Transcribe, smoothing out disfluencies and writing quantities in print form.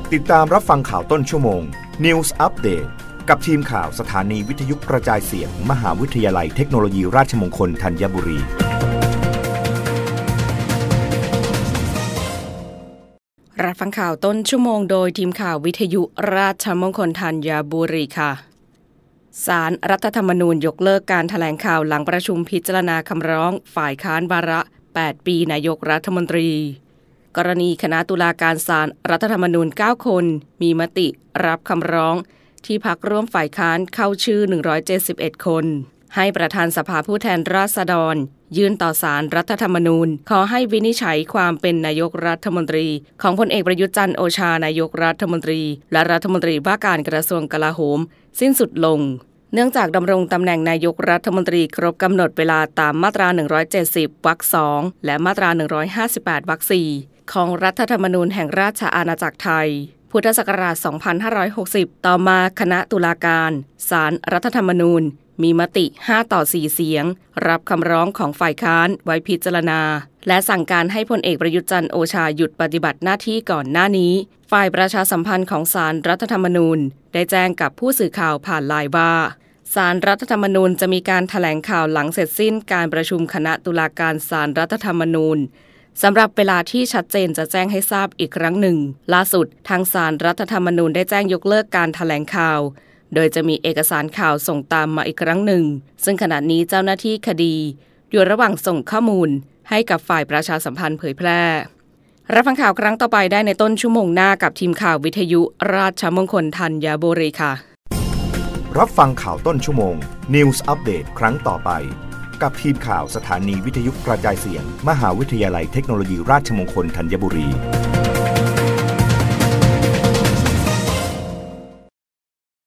ติดตามรับฟังข่าวต้นชั่วโมง News Update กับทีมข่าวสถานีวิทยุกระจายเสียง มหาวิทยาลัยเทคโนโลยีราชมงคลธัญบุรีรับฟังข่าวต้นชั่วโมงโดยทีมข่าววิทยุราชมงคลธัญบุรีค่ะศาลรัฐธรรมนูญยกเลิกการแถลงข่าวหลังประชุมพิจารณาคำร้องฝ่ายค้านวาระ8ปีนายกรัฐมนตรีกรณีคณะตุลาการศาลรัฐธรรมนูญ9คนมีมติรับคำร้องที่พรรคร่วมฝ่ายค้านเข้าชื่อ171คนให้ประธานสภาผู้แทนราษฎรยื่นต่อศาลรัฐธรรมนูญขอให้วินิจฉัยความเป็นนายกรัฐมนตรีของพลเอกประยุทธ์จันทร์โอชานายกรัฐมนตรีและรัฐมนตรีว่าการกระทรวงกลาโหมสิ้นสุดลงเนื่องจากดำรงตำแหน่งนายกรัฐมนตรีครบกำหนดเวลาตามมาตรา170วรรค2และมาตรา158วรรค4ของรัฐธรรมนูญแห่งราชอาณาจักรไทยพุทธศักราช2560ต่อมาคณะตุลาการศาลรัฐธรรมนูญมีมติ5-4เสียงรับคำร้องของฝ่ายค้านไว้พิจารณาและสั่งการให้พลเอกประยุทธ์จันทร์โอชาหยุดปฏิบัติหน้าที่ก่อนหน้านี้ฝ่ายประชาสัมพันธ์ของศาลรัฐธรรมนูญได้แจ้งกับผู้สื่อข่าวผ่านไลน์ว่าศาลรัฐธรรมนูญจะมีการแถลงข่าวหลังเสร็จสิ้นการประชุมคณะตุลาการศาลรัฐธรรมนูญสำหรับเวลาที่ชัดเจนจะแจ้งให้ทราบอีกครั้งหนึ่งล่าสุดทางศาลรัฐธรรมนูญได้แจ้งยกเลิกการแถลงข่าวโดยจะมีเอกสารข่าวส่งตามมาอีกครั้งหนึ่งซึ่งขณะนี้เจ้าหน้าที่คดีอยู่ระหว่างส่งข้อมูลให้กับฝ่ายประชาสัมพันธ์เผยแพร่รับฟังข่าวครั้งต่อไปได้ในต้นชั่วโมงหน้ากับทีมข่าววิทยุราชมงคลธัญบุรีค่ะรับฟังข่าวต้นชั่วโมง News Update ครั้งต่อไปกับทีมข่าวสถานีวิทยุกระจายเสียง มหาวิทยาลัยเทคโนโลยีราชมงคลธัญบุรี